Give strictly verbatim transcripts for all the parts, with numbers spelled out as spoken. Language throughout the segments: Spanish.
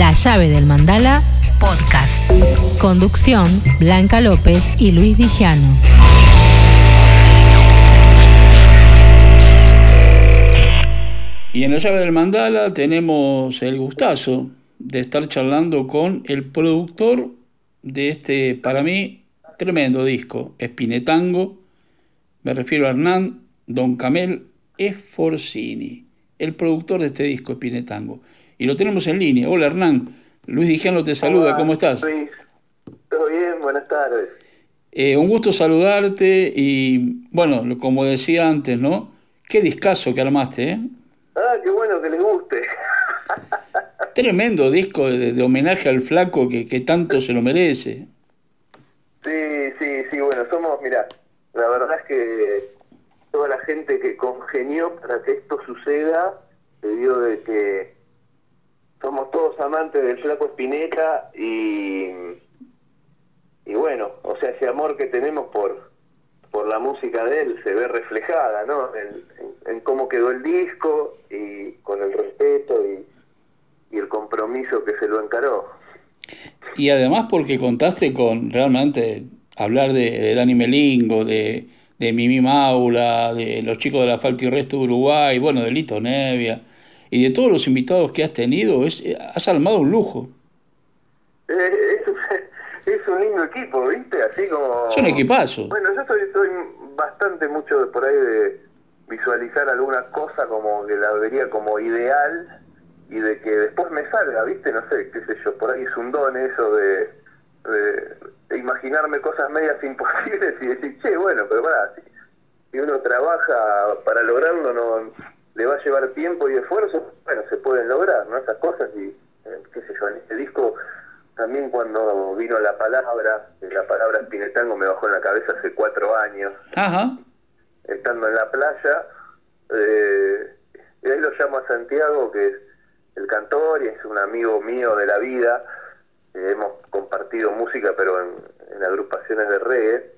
La llave del mandala, podcast. Conducción, Blanca López y Luis Dijano. Y en la llave del mandala tenemos el gustazo de estar charlando con el productor de este, para mí, tremendo disco, Spinetango. Me refiero a Hernán Don Camel Sforzini, el productor de este disco, Spinetango. Y lo tenemos en línea. Hola Hernán, Luis Dijano te saluda, Hola, ¿cómo estás? Luis, ¿todo bien? Buenas tardes. Eh, un gusto saludarte y, bueno, como decía antes, ¿no? Qué discazo que armaste, ¿eh? Ah, qué bueno que les guste. Tremendo disco de, de homenaje al flaco que, que tanto se lo merece. Sí, sí, sí, bueno, somos, mira, la verdad es que toda la gente que congenió para que esto suceda, debido de que somos todos amantes del flaco Spinetta y, y bueno, o sea, ese amor que tenemos por, por la música de él se ve reflejada, ¿no? En, en, en cómo quedó el disco y con el respeto y, y el compromiso que se lo encaró. Y además porque contaste con realmente hablar de, de Dani Melingo, de, de Mimi Maula, de los chicos de la Falta y Resto de Uruguay, bueno, de Lito Nevia, y de todos los invitados que has tenido, es, has armado un lujo. Eh, es, un, es un lindo equipo, ¿viste? Así como... Es un equipazo. Bueno, yo soy, soy bastante mucho de por ahí de visualizar alguna cosa como que la vería como ideal y de que después me salga, ¿viste? No sé, qué sé yo, por ahí es un don eso de, de, de imaginarme cosas medias imposibles y decir, che, bueno, pero pará, si, si uno trabaja para lograrlo, no le va a llevar tiempo y esfuerzo, bueno, se pueden lograr, ¿no? Esas cosas y, eh, qué sé yo, en este disco también cuando vino la palabra, la palabra Spinetango me bajó en la cabeza hace cuatro años, Ajá. estando en la playa, eh, y ahí lo llamo a Santiago, que es el cantor y es un amigo mío de la vida, eh, hemos compartido música pero en, en agrupaciones de reggae,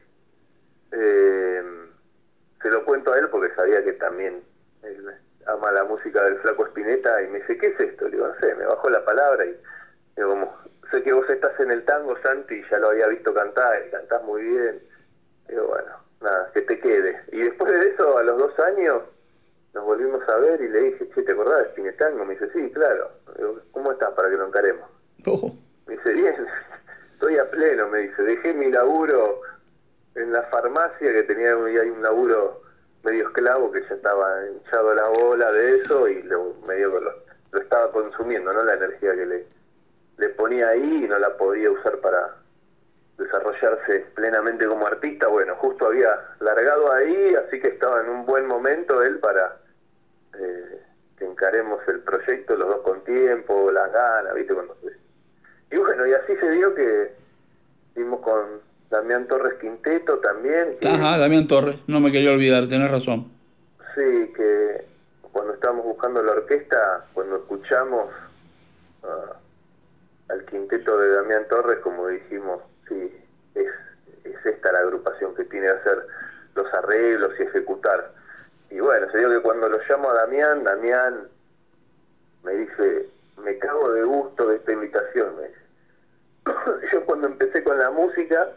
eh, se lo cuento a él porque sabía que también él ama la música del flaco Spinetta y me dice, ¿qué es esto? Le digo, no sé, me bajó la palabra y digo, como, sé que vos estás en el tango, Santi, y ya lo había visto cantar, y cantás muy bien. Digo, bueno, nada, que te quede. Y después de eso, a los dos años, nos volvimos a ver y le dije, che, ¿te acordás de Spinetango? Me dice, sí, claro. Digo, ¿cómo estás para que lo encaremos? Oh. Me dice, bien, estoy a pleno, me dice, dejé mi laburo en la farmacia, que tenía ahí un laburo medio esclavo, que ya estaba hinchado la bola de eso, y lo, medio que lo, lo estaba consumiendo, ¿no? La energía que le, le ponía ahí y no la podía usar para desarrollarse plenamente como artista. Bueno, justo había largado ahí, así que estaba en un buen momento él para eh, que encaremos el proyecto, los dos con tiempo, las ganas, ¿viste? Cuando... Y bueno, y así se dio que vimos con Damián Torres Quinteto también. Que, Ajá, Damián Torres, no me quería olvidar, tenés razón. sí, que cuando estábamos buscando la orquesta, cuando escuchamos uh, al quinteto de Damián Torres, como dijimos, sí, es, es esta la agrupación que tiene que hacer los arreglos y ejecutar. Y bueno, se dio que cuando lo llamo a Damián, Damián me dice, me cago de gusto de esta invitación, me dice. Yo cuando empecé con la música,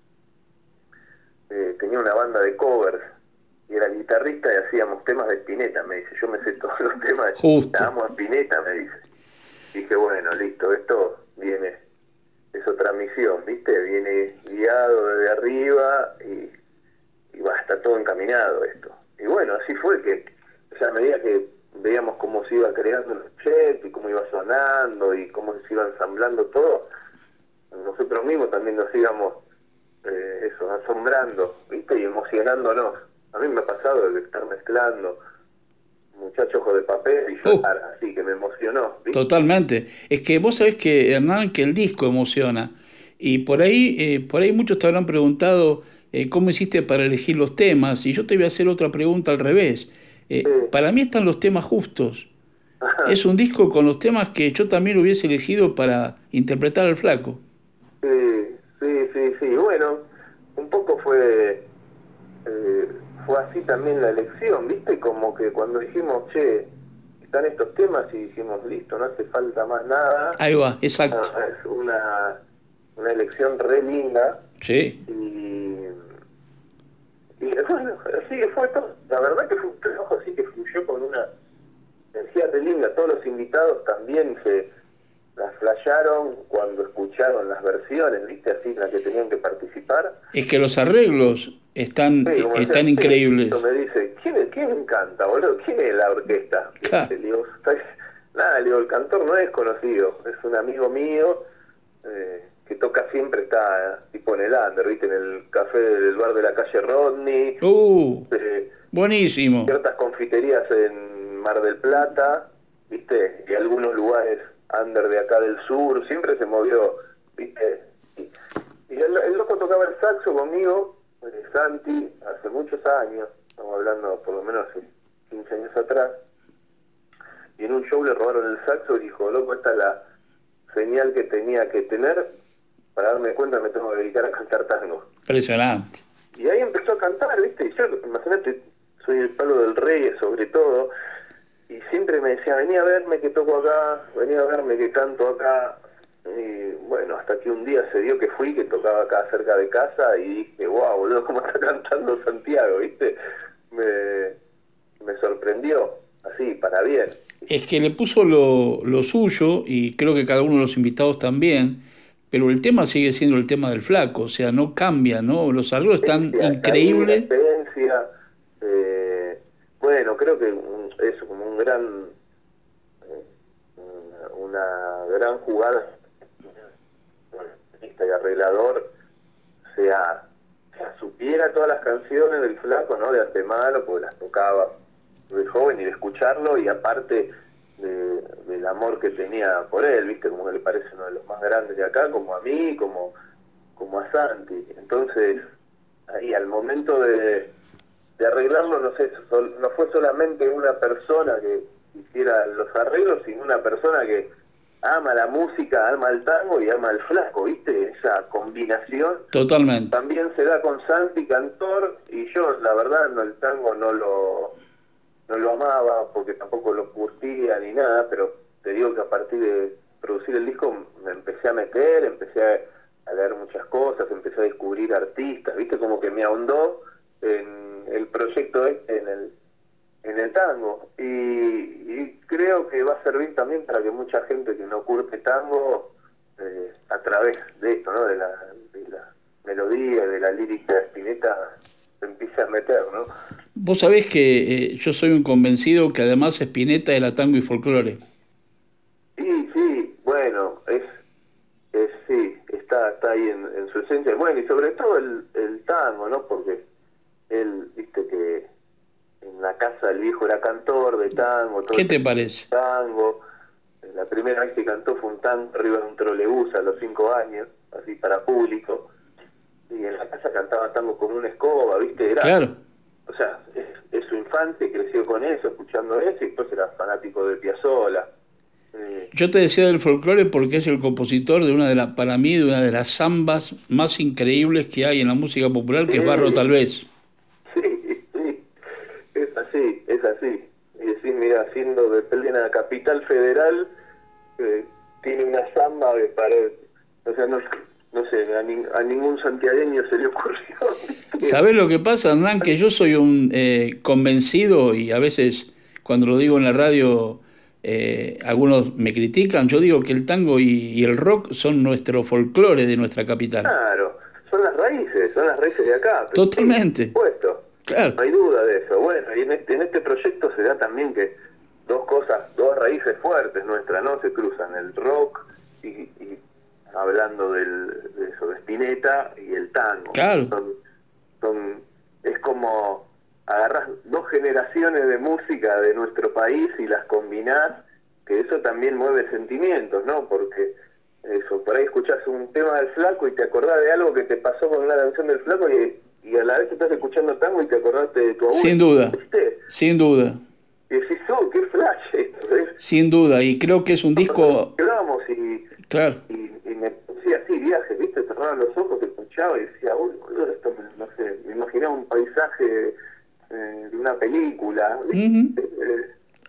eh, tenía una banda de covers, y era guitarrista y hacíamos temas de Spinetta, me dice, yo me sé todos los temas de Justo. Amo a Spinetta, me dice. Dije, bueno, listo, esto viene, es otra misión, ¿viste? Viene guiado desde arriba y, y va, está todo encaminado esto. Y bueno, así fue que, o sea, a medida que veíamos cómo se iba creando el proyecto y cómo iba sonando y cómo se iba ensamblando todo, nosotros mismos también nos íbamos, eh, eso, asombrando, ¿viste? Y emocionándonos. A mí me ha pasado de estar mezclando Muchacho Ojo de Papel y llorar, uh, así que me emocionó, ¿viste? Totalmente. Es que vos sabés que, Hernán, que el disco emociona. Y por ahí, eh, por ahí muchos te habrán preguntado eh, cómo hiciste para elegir los temas. Y yo te voy a hacer otra pregunta al revés. Eh, Sí. Para mí están los temas justos. Es un disco con los temas que yo también hubiese elegido para interpretar al flaco. Sí, sí, sí, sí. Bueno, un poco fue... Eh, fue así también la elección, ¿viste? Como que cuando dijimos, che, están estos temas y dijimos, listo, no hace falta más nada. Ahí va, exacto. Ah, es una, una elección re linda. Sí. Y, y bueno, así que fue todo. La verdad que fue un trabajo así que fluyó con una energía re linda. Todos los invitados también se las flashearon cuando escucharon las versiones, ¿viste? Así, las que tenían que participar. Es que los arreglos están, Sí, como están decía, increíbles. me dice, ¿quién, es, ¿quién canta, boludo? ¿Quién es la orquesta? Claro. Le digo, nada, le digo, el cantor no es conocido, es un amigo mío eh, que toca siempre, está eh, tipo en el under, ¿viste? En el café del bar de la calle Rodney. Uh, eh, buenísimo. Ciertas confiterías en Mar del Plata, ¿viste? Y algunos lugares under de acá del sur, siempre se movió, ¿viste? Y, y el, el loco tocaba el saxo conmigo, eh, Santi, hace muchos años, estamos hablando por lo menos hace quince años atrás, y en un show le robaron el saxo y dijo, loco, esta es la señal que tenía que tener para darme cuenta que me tengo que dedicar a cantar tango. Impresionante. Y ahí empezó a cantar, ¿viste? Y yo, imagínate, soy el palo del reggae sobre todo, y siempre me decía, vení a verme que toco acá, vení a verme que canto acá. Y bueno, hasta que un día se dio que fui, que tocaba acá cerca de casa, y dije, wow, boludo, cómo está cantando Santiago, ¿viste? Me, me sorprendió, así, para bien. Es que le puso lo, lo suyo, y creo que cada uno de los invitados también, pero el tema sigue siendo el tema del flaco, o sea, no cambia, ¿no? Los arreglos están increíbles. Experiencia, eh, bueno, creo que es como un gran, una gran jugada, y arreglador, sea, sea, supiera todas las canciones del flaco, ¿no? De antemano, porque las tocaba de joven y de escucharlo, y aparte de, del amor que tenía por él, ¿viste? Como que le parece uno de los más grandes de acá, como a mí, como, como a Santi. Entonces, ahí al momento de, de arreglarlo, no sé, sol, no fue solamente una persona que hiciera los arreglos, sino una persona que ama la música, ama el tango y ama el flaco, ¿viste? Esa combinación. Totalmente. También se da con Santi, cantor, y yo, la verdad, no, el tango no lo, no lo amaba, porque tampoco lo curtía ni nada, pero te digo que a partir de producir el disco me empecé a meter, empecé a, a leer muchas cosas, empecé a descubrir artistas, ¿viste? Como que me ahondó en el proyecto este, en el en el tango, y, y creo que va a servir también para que mucha gente que no curte tango, eh, a través de esto, ¿no? De la, de la melodía, de la lírica de Spinetta, se empiece a meter, ¿no? Vos sabés que eh, yo soy un convencido que además Spinetta era tango y folclore. Sí, sí, bueno, es, es sí, está, está ahí en, en su esencia, bueno, y sobre todo el, el tango, ¿no? Porque él, viste que en la casa del viejo era cantor de tango. Todo ¿Qué te parece? Tango. La primera vez que cantó fue un tango arriba de un trolebús a los cinco años, así para público. Y en la casa cantaba tango con una escoba, ¿viste? Era, claro. O sea, es, es su infancia, creció con eso, escuchando eso, y después era fanático de Piazzolla. Eh, Yo te decía del folclore porque es el compositor de una de las, para mí, de una de las zambas más increíbles que hay en la música popular, que sí, es Barro Tal Vez. Sí, sí, es así, es así. Y decir, mira, siendo de plena capital federal, eh, tiene una zamba de pared. O sea, no, no sé, a, ni, a ningún santiagueño se le ocurrió. ¿Sabés lo que pasa, Hernán? Que yo soy un eh, convencido, y a veces cuando lo digo en la radio eh, algunos me critican. Yo digo que el tango y, y el rock son nuestro folclore de nuestra capital. Claro, son las raíces, son las raíces de acá. Totalmente. Sí, por supuesto. Claro. No hay duda de eso. Bueno, y en este, en este proyecto se da también que dos cosas, dos raíces fuertes nuestras, ¿no? Se cruzan el rock y, y hablando del, de eso, de Spinetta, y el tango. Claro. Son, son, es como agarrás dos generaciones de música de nuestro país y las combinás, que eso también mueve sentimientos, ¿no? Porque eso, por ahí escuchás un tema del Flaco y te acordás de algo que te pasó con una canción del Flaco, y, y a la vez estás escuchando tango y te acordaste de tu abuelo. Sin duda, ¿viste? Sin duda. Y decís, oh, qué flash esto, ¿eh? Sin duda, y creo que es un disco... Quedamos y, claro. y, y me hacía así viajes, ¿viste? Cerraba los ojos, te escuchaba y decía, uy, boludo, esto, me, no sé, me imaginaba un paisaje eh, de una película, ¿viste? Uh-huh. Eh,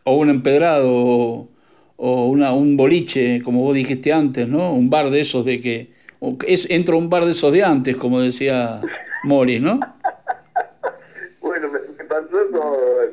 o un empedrado, o, o una, un boliche, como vos dijiste antes, ¿no? Un bar de esos de que... o que es, entro a un bar de esos de antes, como decía Morris, ¿no? Bueno, me, me pasó con,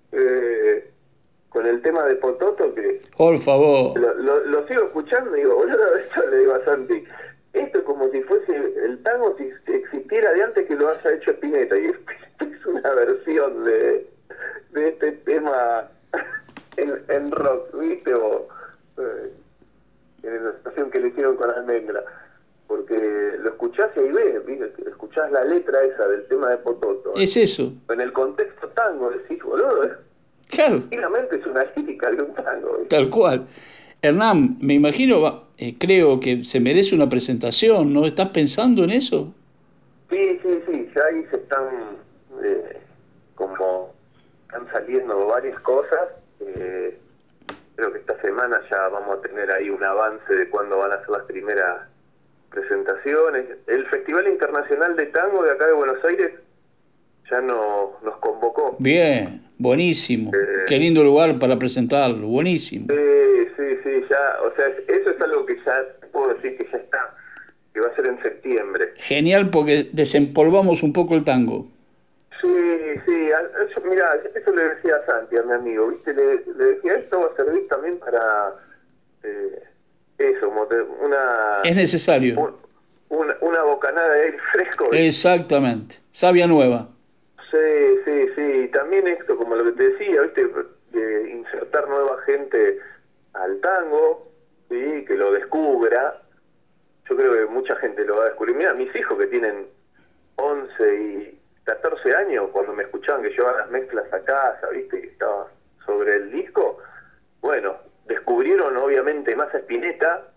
eh, con el tema de Pototo, que Por favor. lo, lo, lo sigo escuchando y digo, boludo, esto le digo a Santi, esto es como si fuese el tango si existiera de antes que lo haya hecho Spinetta, y es, es una versión de, de este tema en, en rock, ¿viste? O eh, en la estación que le hicieron con Almendra. Porque lo escuchás y ahí ves, ¿viste? Escuchás la letra esa del tema de Pototo. Es eso. En el contexto tango decís, boludo, Claro. finalmente es una lírica de un tango, ¿viste? Tal cual. Hernán, me imagino, va, eh, creo que se merece una presentación, ¿no? ¿Estás pensando en eso? Sí, sí, sí, ya ahí se están, eh, como, están saliendo varias cosas. Eh, creo que esta semana ya vamos a tener ahí un avance de cuándo van a ser las primeras presentaciones. El Festival Internacional de Tango de acá de Buenos Aires ya no, nos convocó. Bien, buenísimo. Eh, Qué lindo lugar para presentarlo, buenísimo. Sí, sí, sí, ya, o sea, eso es algo que ya puedo decir que ya está, que va a ser en septiembre. Genial porque desempolvamos un poco el tango. Sí, sí, mira, eso le decía a Santi, a mi amigo, ¿viste? Le, le decía, esto va a servir también para eh, eso, como te- una, Es necesario. un- una, una bocanada de aire fresco. ¿Viste? Exactamente. Savia nueva. Sí, sí, sí, también esto, como lo que te decía, ¿viste? De insertar nueva gente al tango, ¿sí? Que lo descubra. Yo creo que mucha gente lo va a descubrir. Mira, mis hijos que tienen once y catorce años, cuando me escuchaban que llevaban las mezclas a casa, ¿viste? Que estaba sobre el disco, bueno, descubrieron obviamente más a Spinetta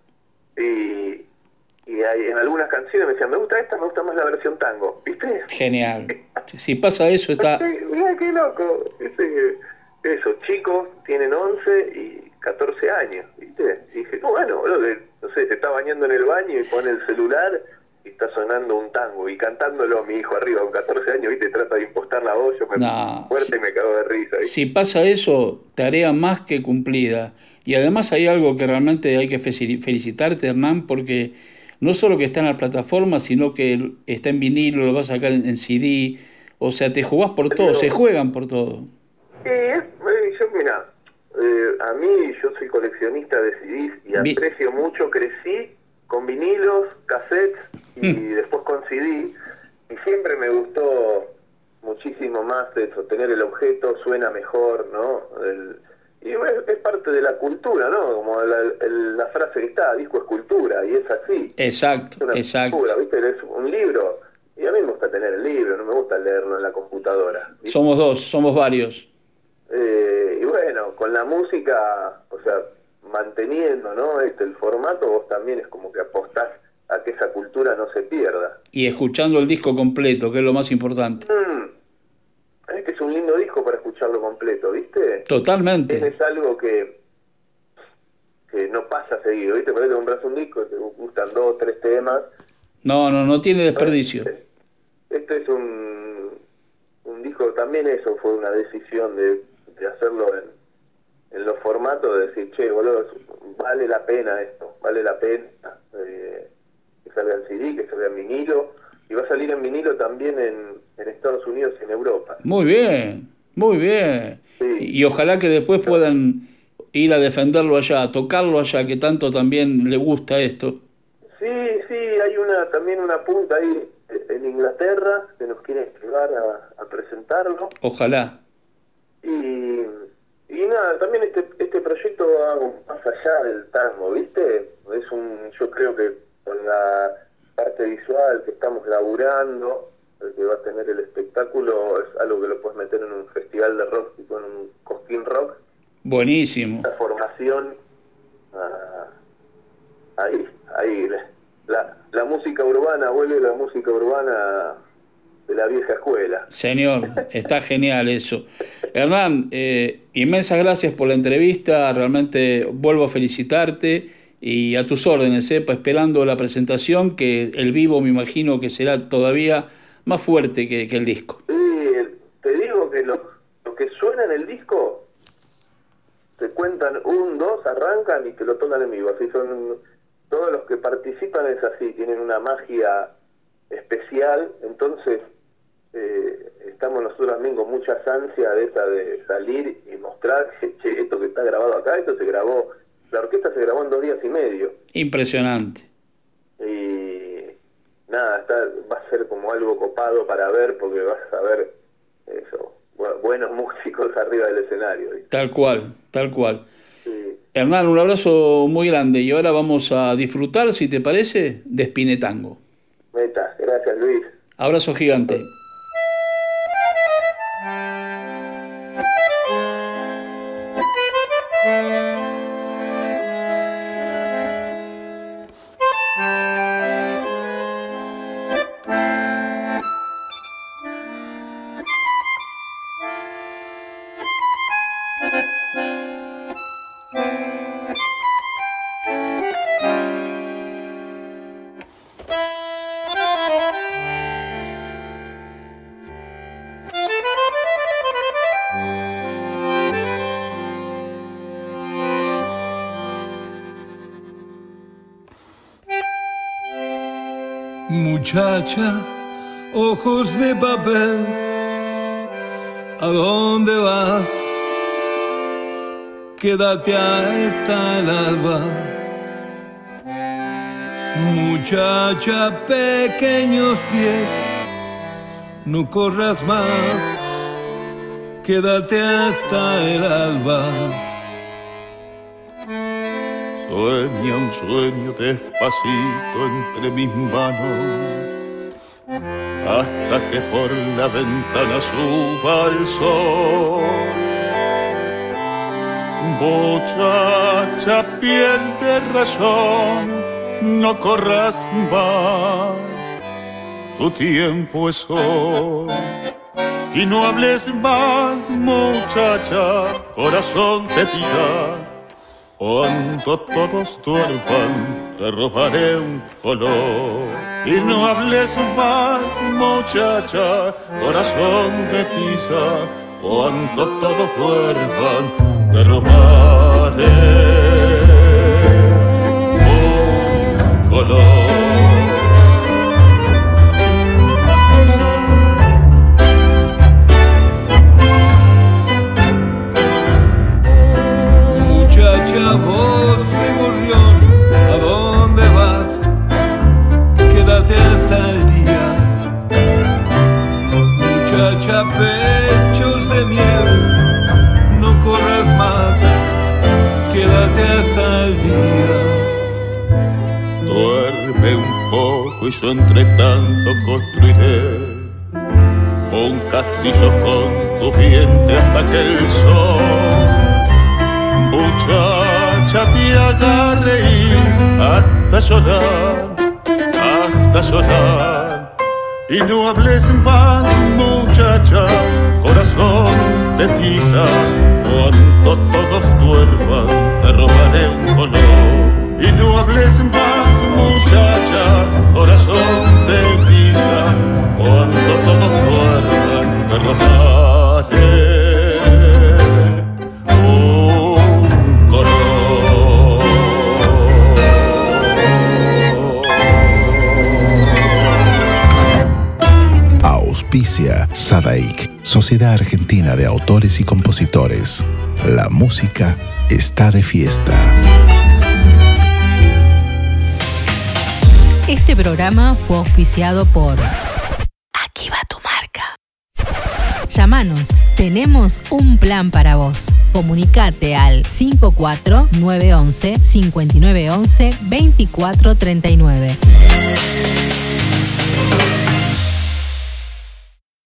y, y hay, en algunas canciones me decían, me gusta esta, me gusta más la versión tango, ¿viste? Genial. Si pasa eso, está... Sí, mira qué loco. Ese, eso, chicos tienen once y catorce años, ¿viste? Y dije, no, bueno, boludo, que, no sé, se está bañando en el baño y pone el celular y está sonando un tango y cantándolo mi hijo arriba con catorce años, ¿viste? Trata de impostar la voz, yo me No, fuerte si- y me cago de risa. ¿viste? Si pasa eso, tarea más que cumplida. Y además hay algo que realmente hay que fe- felicitarte, Hernán, porque no solo que está en la plataforma, sino que está en vinilo, lo vas a sacar en, en C D. O sea, te jugás por todo, se juegan por todo. Sí, es, eh, yo, mira, eh, a mí yo soy coleccionista de C Ds y Bi- aprecio mucho, crecí con vinilos, cassettes y después con C D y siempre me gustó muchísimo más eso, tener el objeto, suena mejor, ¿no? El, y es, es parte de la cultura, ¿no? Como la, el- la frase que está, disco es cultura, y es así. Exacto, Es una exacto. cultura, ¿viste? Es un libro, y a mí me gusta tener el libro, no me gusta leerlo en la computadora. ¿viste? Somos dos, somos varios. Eh, y bueno, con la música, o sea, manteniendo, ¿no? Este, el formato, vos también es como que apostás a que esa cultura no se pierda. Y escuchando el disco completo, que es lo más importante. Mm, es que es un lindo disco para escucharlo completo, ¿viste? Totalmente. Es algo que que no pasa seguido, ¿viste? Por ahí te compras un disco, te gustan dos, tres temas. No, no, no tiene desperdicio. Este es un, un disco, también eso fue una decisión de, de hacerlo en, en los formatos, de decir, che, boludo, vale la pena esto, vale la pena eh, que salga en C D, que salga en vinilo, y va a salir en vinilo también en, en Estados Unidos y en Europa. Muy bien, muy bien. Sí. Y, y ojalá que después puedan ir a defenderlo allá, a tocarlo allá, que tanto también le gusta esto. Sí, sí, hay una también una punta ahí en Inglaterra que nos quiere llevar a, a presentarlo. Ojalá. Y, y nada, también este este proyecto va más allá del tango, ¿viste? Es un, yo creo que con la parte visual que estamos laburando, el que va a tener el espectáculo, es algo que lo puedes meter en un festival de rock, tipo en un Cosquín Rock, Buenísimo. la formación, ah, ahí, ahí, la, la, la música urbana, vuelve la música urbana de la vieja escuela. Señor, está genial eso. Hernán, eh, inmensas gracias por la entrevista, realmente vuelvo a felicitarte y a tus órdenes, eh, esperando la presentación, que el vivo me imagino que será todavía más fuerte que, que el disco. Sí, te digo que lo, lo que suena en el disco te cuentan un, dos, arrancan y te lo tocan en vivo. Así son todos los que participan, es así, tienen una magia especial. Entonces eh, estamos nosotros también con mucha ansia de esa de salir y mostrar, che, esto que está grabado acá, esto se grabó, la orquesta se grabó en dos días y medio. Impresionante. Y nada, está, va a ser como algo copado para ver, porque vas a ver eso, buenos músicos arriba del escenario. ¿Viste? Tal cual, tal cual. Sí. Hernán, un abrazo muy grande y ahora vamos a disfrutar, si te parece, de Spinetango. Meta, gracias Luis. Abrazo gigante. Muchacha, ojos de papel, ¿a dónde vas? Quédate hasta el alba. Muchacha, pequeños pies, no corras más, quédate hasta el alba. Sueña un sueño despacito entre mis manos, hasta que por la ventana suba el sol. Muchacha, pierde razón, no corras más, tu tiempo es hoy. Y no hables más, muchacha, corazón te tiza. Cuando todos duerman, te robaré un color. Y no hables más, muchacha, corazón de tiza. Cuando todos duerman, te robaré un color. Voz de gorrión, ¿a dónde vas? Quédate hasta el día. Muchacha, pechos de miel, no corras más, quédate hasta el día. Duerme un poco y yo entre tanto construiré un castillo con tu vientre hasta que el sol, muchacha, te haga reír hasta llorar, hasta llorar. Y no hables más, muchacha, corazón de tiza. Cuando todos duerman, te robaré un color. Y no hables más, muchacha, corazón de tiza. Cuando todos duerman, te robaré. Auspicia Sadaik, Sociedad Argentina de Autores y Compositores. La música está de fiesta. Este programa fue auspiciado por Aquí va tu marca. Llámanos, tenemos un plan para vos. Comunicate al cinco cuatro nueve once cincuenta y nueve once veinticuatro treinta y nueve.